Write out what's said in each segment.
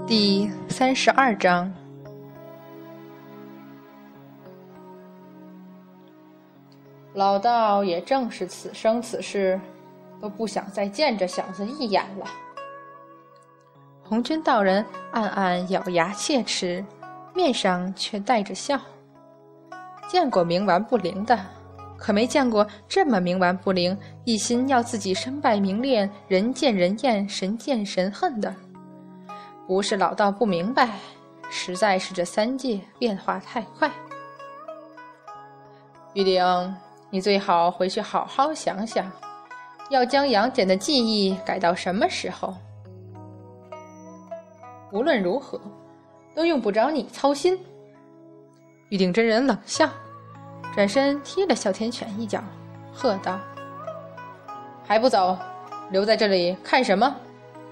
第32章。老道也正是此生此世都不想再见这小子一眼了。红军道人暗暗咬牙切齿，面上却带着笑。见过冥顽不灵的，可没见过这么冥顽不灵，一心要自己身败名裂，人见人厌，神见神恨的。不是老道不明白，实在是这三界变化太快。玉鼎，你最好回去好好想想，要将杨戬的记忆改到什么时候？无论如何，都用不着你操心。玉鼎真人冷笑，转身踢了哮天犬一脚，喝道：还不走，留在这里看什么？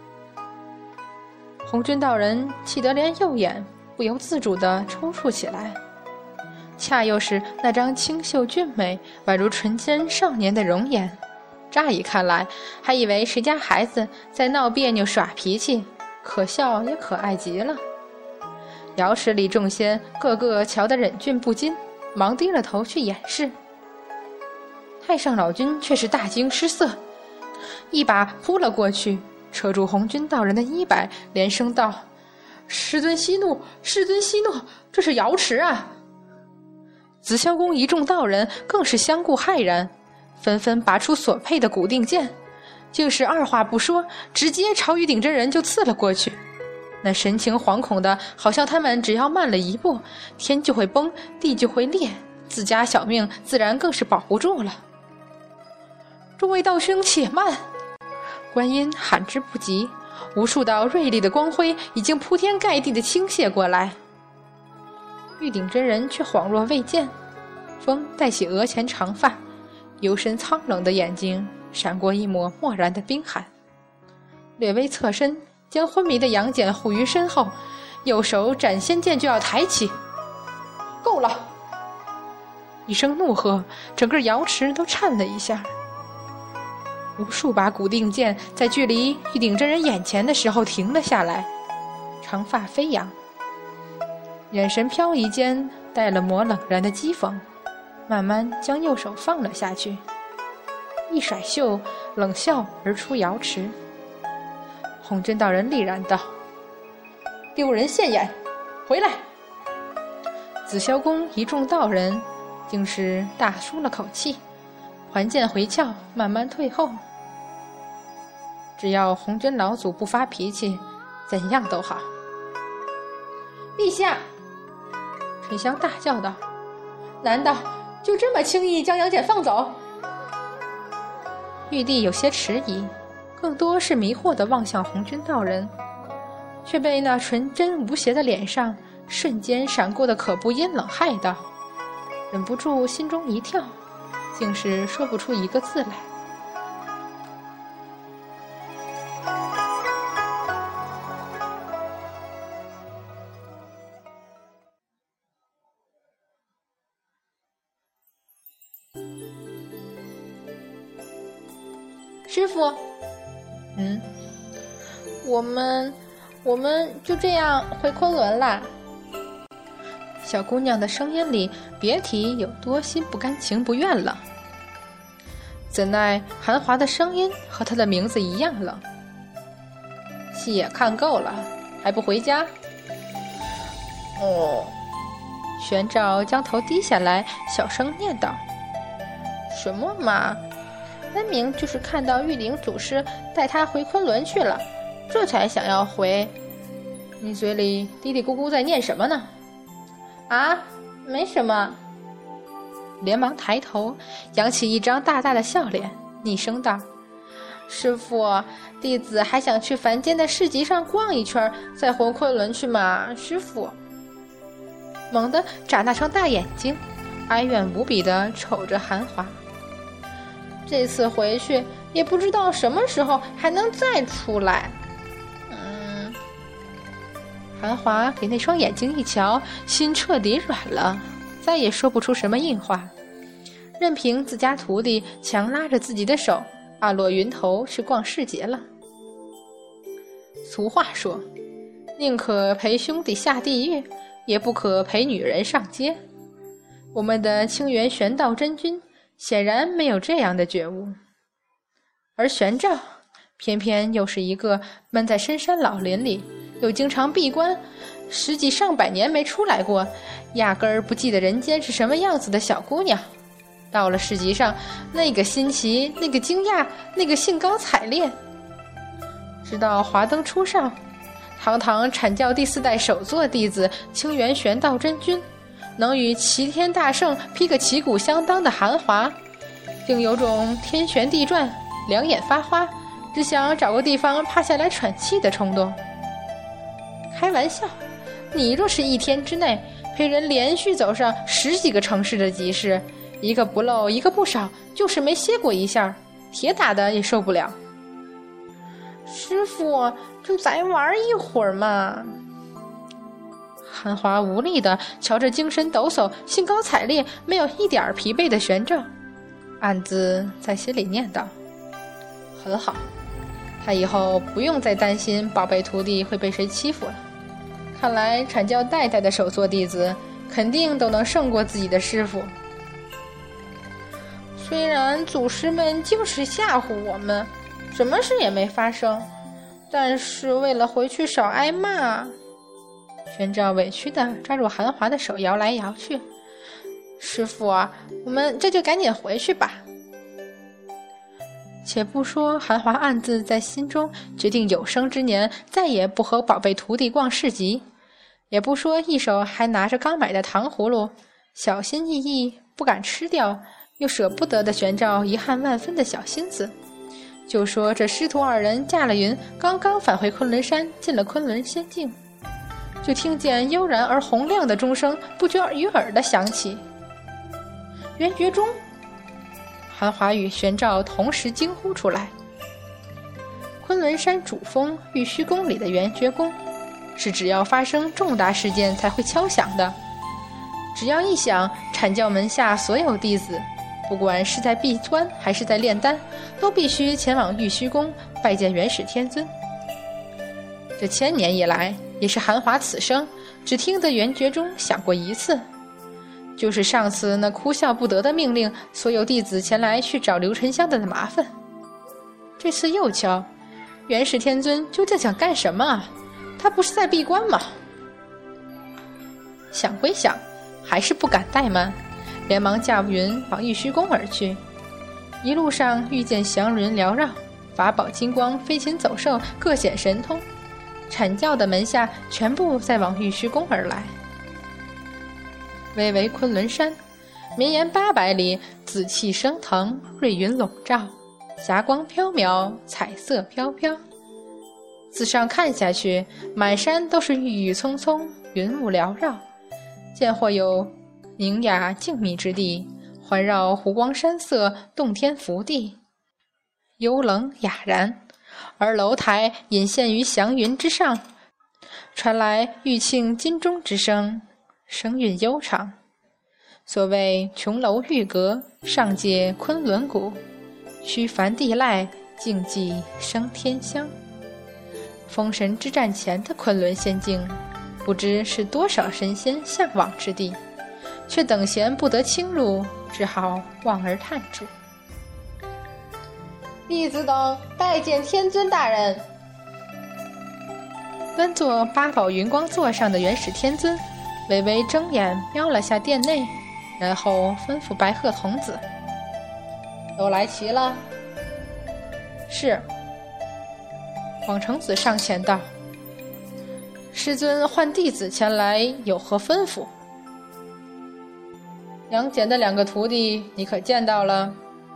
红军道人气得连右眼不由自主地抽搐起来，恰又是那张清秀俊美宛如纯真少年的容颜，乍一看来还以为谁家孩子在闹别扭耍脾气，可笑也可爱极了。瑶池里众仙个个瞧得忍俊不禁，忙低了头去掩饰。太上老君却是大惊失色，一把扑了过去，扯住红军道人的衣摆，连声道：师尊息怒，师尊息怒，这是瑶池啊！紫霄宫一众道人更是相顾骇然，纷纷拔出所配的古定剑，竟是二话不说，直接朝玉鼎真人就刺了过去。那神情惶恐的，好像他们只要慢了一步，天就会崩，地就会裂，自家小命自然更是保不住了。众位道兄且慢！观音喊之不及，无数道锐利的光辉已经铺天盖地地倾泻过来。玉鼎真人却恍若未见，风带起额前长发，幽深苍冷的眼睛闪过一抹漠然的冰寒，略微侧身，将昏迷的杨戬护于身后，右手斩仙剑就要抬起。够了！一声怒喝，整个瑶池都颤了一下。无数把古定剑在距离玉鼎真人眼前的时候停了下来，长发飞扬，眼神飘移间带了抹冷然的讥讽，慢慢将右手放了下去，一甩袖，冷笑而出瑶池。红真道人厉然道：丢人现眼，回来！紫霄宫一众道人竟是大舒了口气，还剑回鞘，慢慢退后。只要红真老祖不发脾气，怎样都好。陛下！沉香大叫道：难道就这么轻易将杨戬放走？玉帝有些迟疑，更多是迷惑地望向红军道人，却被那纯真无邪的脸上瞬间闪过的可怖阴冷害到，忍不住心中一跳，竟是说不出一个字来。师傅，我们就这样回昆仑啦。小姑娘的声音里别提有多心不甘情不愿了。怎奈韩华的声音和她的名字一样冷。戏也看够了，还不回家？玄照将头低下来，小声念道：什么嘛，分明就是看到玉鼎祖师带他回昆仑去了，这才想要回。你嘴里嘀嘀咕咕在念什么呢？啊，没什么。连忙抬头，扬起一张大大的笑脸，厉声道：师父，弟子还想去凡间的市集上逛一圈，再回昆仑去嘛，师父。猛地眨那双大眼睛，哀怨无比地瞅着韩华。这次回去也不知道什么时候还能再出来。韩华给那双眼睛一瞧，心彻底软了，再也说不出什么硬话，任凭自家徒弟强拉着自己的手，落云头去逛市集了。俗话说， 宁可陪兄弟下地狱，也不可陪女人上街。我们的清源玄道真君显然没有这样的觉悟，而玄奘偏偏又是一个闷在深山老林里，又经常闭关十几上百年没出来过，压根儿不记得人间是什么样子的小姑娘。到了市集上，那个新奇，那个惊讶，那个兴高采烈。直到华灯初上，堂堂阐教第4代首座弟子清源玄道真君能与齐天大圣劈个旗鼓相当的韩华，竟有种天旋地转，两眼发花，只想找个地方趴下来喘气的冲动。开玩笑，你若是1天之内陪人连续走上10几个城市的集市，一个不漏一个不少，就是没歇过一下，铁打的也受不了。师父，就再玩一会儿嘛。韩华无力地瞧着精神抖擞、兴高采烈、没有一点疲惫的玄奘，暗自在心里念叨：很好，他以后不用再担心宝贝徒弟会被谁欺负了。看来阐教代代的首座弟子肯定都能胜过自己的师父。虽然祖师们净是吓唬我们，什么事也没发生，但是为了回去少挨骂。玄奘委屈地抓住韩华的手摇来摇去。师父啊，我们这就赶紧回去吧。且不说韩华暗自在心中决定有生之年再也不和宝贝徒弟逛市集，也不说一手还拿着刚买的糖葫芦，小心翼翼不敢吃掉又舍不得的玄奘遗憾万分的小心思，就说这师徒2人驾了云，刚刚返回昆仑山，进了昆仑仙境，就听见悠然而洪亮的钟声不绝于耳地响起。圆觉钟！韩华与玄奘同时惊呼出来。昆仑山主峰玉虚宫里的圆觉宫，是只要发生重大事件才会敲响的。只要一响，阐教门下所有弟子，不管是在闭关还是在炼丹，都必须前往玉虚宫拜见元始天尊。这1000年以来，也是韩华此生只听得圆觉钟响过1次，就是上次那哭笑不得的命令所有弟子前来去找刘沉香的麻烦。这次又敲，元始天尊究竟想干什么啊？他不是在闭关吗？想归想，还是不敢怠慢，连忙驾云往玉虚宫而去。一路上遇见祥云缭绕，法宝金光，飞禽走兽各显神通，阐教的门下全部在往玉虚宫而来。巍巍昆仑山，绵延800里，紫气升腾，瑞云笼罩，霞光飘渺，彩色飘飘。自上看下去，满山都是郁郁葱葱，云雾缭绕，见或有宁雅静谧之地，环绕湖光山色，洞天福地，幽冷雅然。而楼台隐现于祥云之上，传来玉磬金钟之声，声韵悠长。所谓琼楼玉阁，上界昆仑谷，虚梵地籁，静寂生天香。封神之战前的昆仑仙境，不知是多少神仙向往之地，却等闲不得侵入，只好望而叹之。弟子等拜见天尊大人。端坐8宝云光座上的元始天尊微微睁眼瞄了下殿内，然后吩咐白鹤童子：都来齐了？是。广成子上前道：师尊唤弟子前来，有何吩咐？杨戬的2个徒弟你可见到了？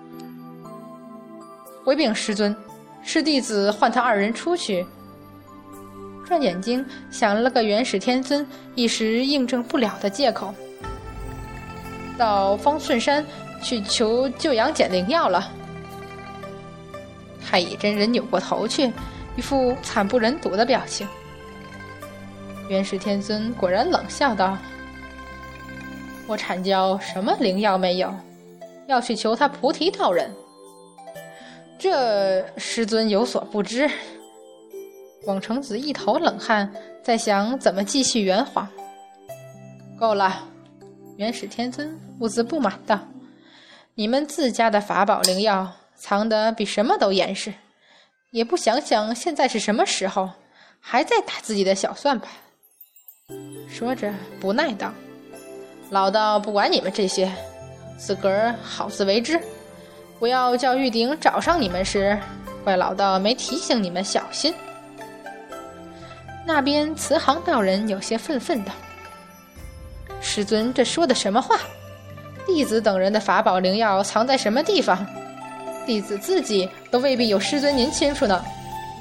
回禀师尊，是弟子唤他2人出去。转眼睛想了个元始天尊一时应证不了的借口，到方寸山去求救杨戬灵药了。太乙真人扭过头去，一副惨不忍睹的表情。元始天尊果然冷笑道：我阐教什么灵药没有，要去求他菩提道人。这师尊有所不知， 广成子一头冷汗，在想怎么继续圆谎。够了，元始天尊兀自不满道，你们自家的法宝灵药藏得比什么都严实，也不想想现在是什么时候，还在打自己的小算盘。说着不耐道，老道不管你们这些，自个儿好自为之，不要叫玉鼎找上你们时，怪老道没提醒你们小心。那边慈航道人有些愤愤道，师尊这说的什么话？弟子等人的法宝灵药藏在什么地方？弟子自己都未必有师尊您清楚呢。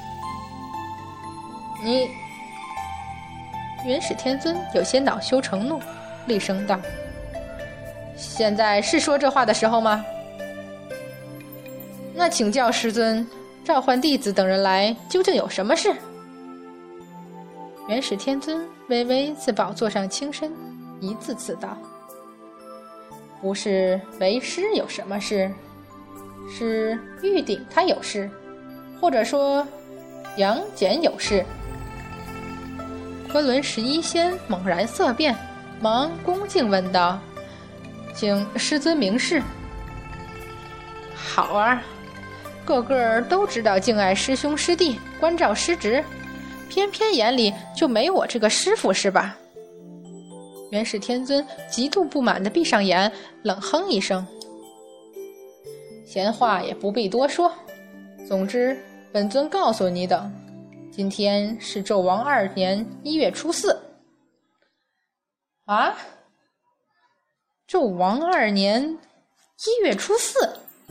你……元始天尊有些恼羞成怒，厉声道，现在是说这话的时候吗？那请教师尊，召唤弟子等人来究竟有什么事？元始天尊微微自宝座上轻身，一字字道，不是为师有什么事，是玉鼎他有事，或者说杨戬有事。昆仑11仙猛然色变，忙恭敬问道，请师尊明示。好啊，个个都知道敬爱师兄师弟，关照师侄，偏偏眼里就没我这个师父是吧？元始天尊极度不满地闭上眼，冷哼一声，闲话也不必多说，总之本尊告诉你等，今天是纣王2年1月初4。啊？纣王2年1月初4？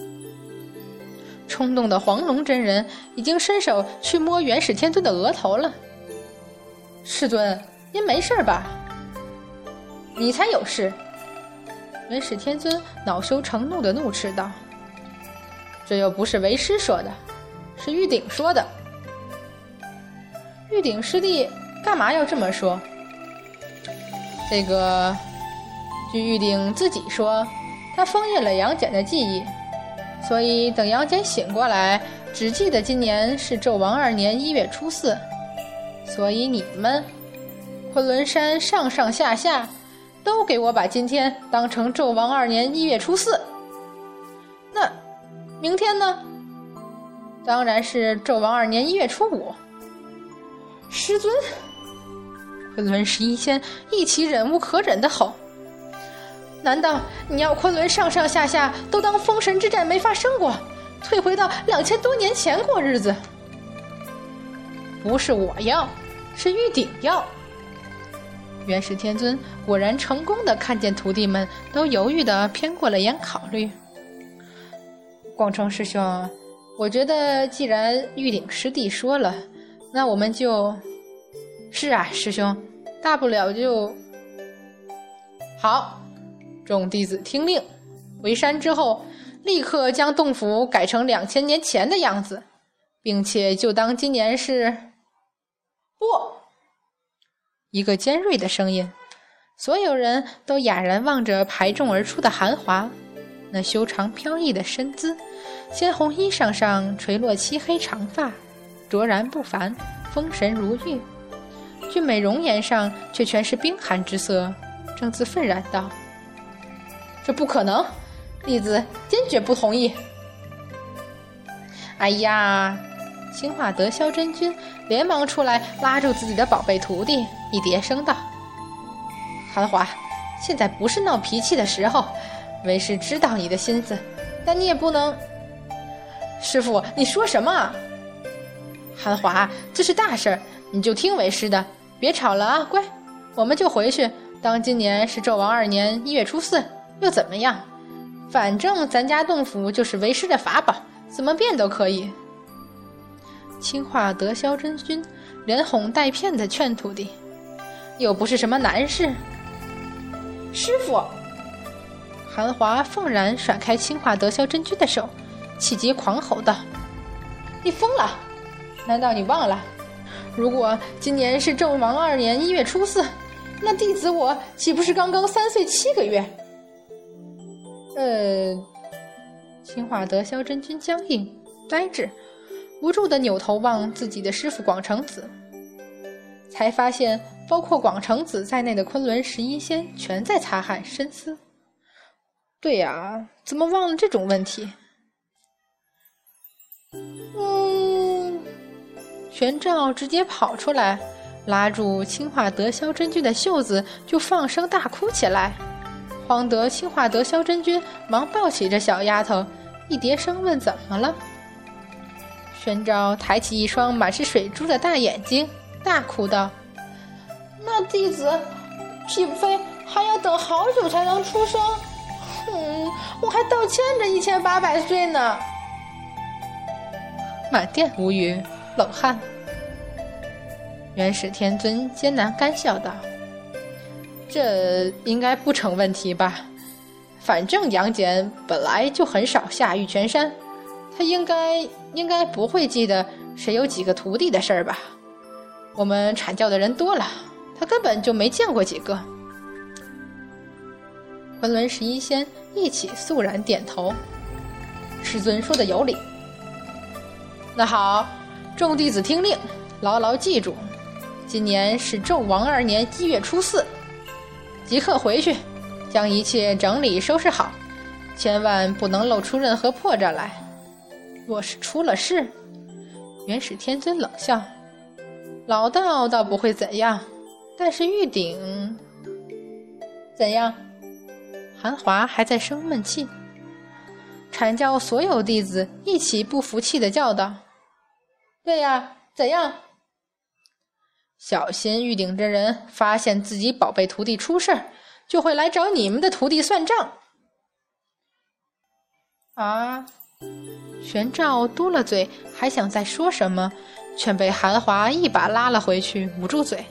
冲动的黄龙真人已经伸手去摸元始天尊的额头了。师尊，您没事吧？你才有事！元始天尊恼羞成怒地怒斥道，这又不是为师说的，是玉鼎说的。玉鼎师弟干嘛要这么说？这个，据玉鼎自己说，他封印了杨戬的记忆，所以等杨戬醒过来，只记得今年是纣王2年1月初4，所以你们昆仑山上上下下都给我把今天当成纣王2年1月初4。那明天呢？当然是纣王2年1月初5。师尊！昆仑11仙一起忍无可忍地吼，难道你要昆仑上上下下都当封神之战没发生过，退回到2000多年前过日子？不是我要，是玉鼎要。元始天尊果然成功地看见徒弟们都犹豫地偏过了眼考虑。广成师兄，我觉得既然玉鼎师弟说了，那我们就……是啊，师兄，大不了就……好，众弟子听令，回山之后立刻将洞府改成2000年前的样子，并且就当今年是……不！一个尖锐的声音，所有人都哑然望着排众而出的韩华，那修长飘逸的身姿，鲜红衣裳上垂落漆黑长发，卓然不凡，风神如玉，俊美容颜上却全是冰寒之色，正自愤然道，这不可能，弟子坚决不同意。哎呀，青化德萧真君连忙出来拉住自己的宝贝徒弟，一叠声道，韩华，现在不是闹脾气的时候，为师知道你的心思，但你也不能……师父，你说什么啊？韩华，这是大事，你就听为师的，别吵了啊，乖，我们就回去，当今年是纣王2年1月初4，又怎么样？反正咱家洞府就是为师的法宝，怎么变都可以。青化德萧真君连哄带骗的劝徒弟，又不是什么难事。师父！韩华愤然甩开青化德萧真君的手，气急狂吼道，你疯了？难道你忘了，如果今年是纣王2年1月初4，那弟子我岂不是刚刚3岁7个月？青化德萧真君僵硬呆滞， 无助地扭头望自己的师傅广成子，才发现包括广成子在内的昆仑11仙全在擦汗深思。对呀，怎么忘了这种问题？玄照直接跑出来，拉住青化德萧真君的袖子，就放声大哭起来。慌得青化德萧真君忙抱起这小丫头，一叠声问怎么了。玄照抬起一双满是水珠的大眼睛，大哭道：那弟子岂非还要等好久才能出生？我还倒欠着1800岁呢。满殿无语，冷汗。元始天尊艰难干笑道：这应该不成问题吧？反正杨戬本来就很少下玉泉山，他应该不会记得谁有几个徒弟的事儿吧？我们阐教的人多了，他根本就没见过几个。昆仑11仙一起肃然点头，师尊说的有理。那好，众弟子听令，牢牢记住，今年是纣王2年1月初4，即刻回去将一切整理收拾好，千万不能露出任何破绽来。若是出了事，元始天尊冷笑：老道倒不会怎样，但是玉鼎怎样？韩华还在生闷气。阐教所有弟子一起不服气地叫道：对呀，怎样？小心玉鼎真人发现自己宝贝徒弟出事儿，就会来找你们的徒弟算账。啊！玄照嘟了嘴，还想再说什么，却被韩华一把拉了回去，捂住嘴。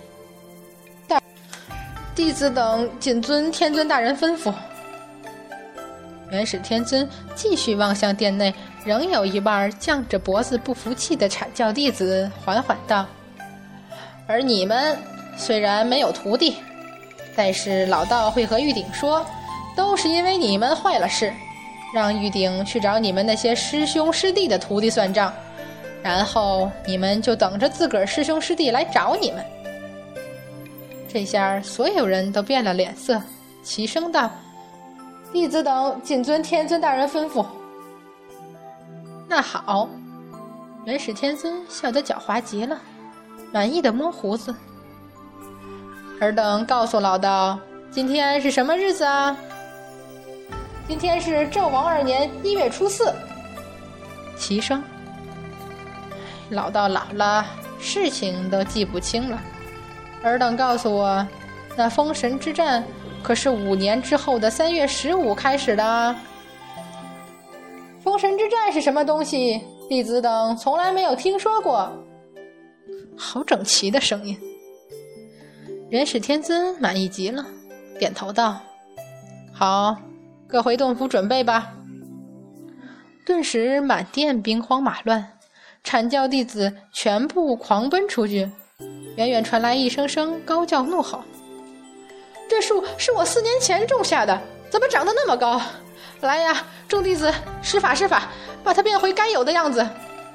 弟子等谨遵天尊大人吩咐。元始天尊继续望向殿内仍有一半犟着脖子不服气的阐教弟子，缓缓道：而你们虽然没有徒弟，但是老道会和玉鼎说，都是因为你们坏了事，让玉鼎去找你们那些师兄师弟的徒弟算账，然后你们就等着自个儿师兄师弟来找你们。这下所有人都变了脸色，齐声道：弟子等谨遵天尊大人吩咐。那好。元始天尊笑得狡猾极了，满意的摸胡子。尔等告诉老道，今天是什么日子啊？今天是纣王2年1月初4。齐声。老道老了，事情都记不清了。尔等告诉我，那封神之战可是5年之后的3月15开始的啊。封神之战是什么东西？弟子等从来没有听说过。好整齐的声音。元始天尊满意极了，点头道：好，各回洞府准备吧。顿时满殿兵荒马乱，阐教弟子全部狂奔出去，远远传来一声声高叫怒吼：这树是我4年前种下的，怎么长得那么高？来呀，众弟子，施法施法，把它变回该有的样子。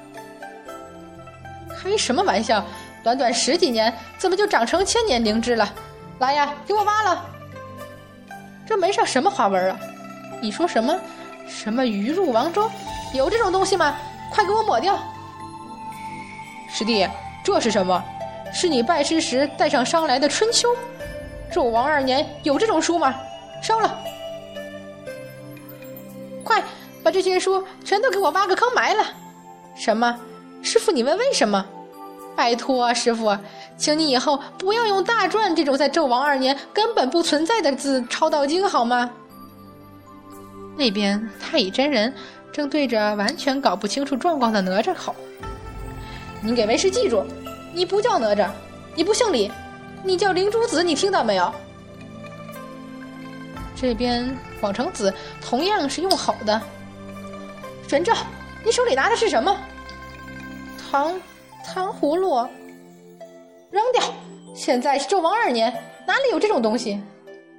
开什么玩笑，短短10几年，怎么就长成1000年灵芝了？来呀，给我挖了！这门上什么花纹啊？你说什么鱼入王中？有这种东西吗？快给我抹掉！师弟，这是什么？是你拜师时带上商来的春秋？纣王2年有这种书吗？烧了！快把这些书全都给我挖个坑埋了！什么？师父，你问为什么？拜托啊，师父，请你以后不要用大篆这种在纣王2年根本不存在的字抄道经好吗？那边太乙真人正对着完全搞不清楚状况的哪吒吼：你给为师记住，你不叫哪吒，你不姓李，你叫灵珠子，你听到没有？这边广成子同样是用吼的：玄照，你手里拿的是什么？糖葫芦，扔掉！现在是纣王2年，哪里有这种东西？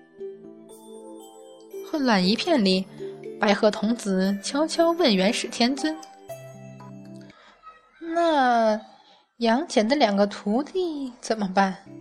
混乱一片里，白鹤童子悄悄问元始天尊： 那杨戬的2个徒弟怎么办？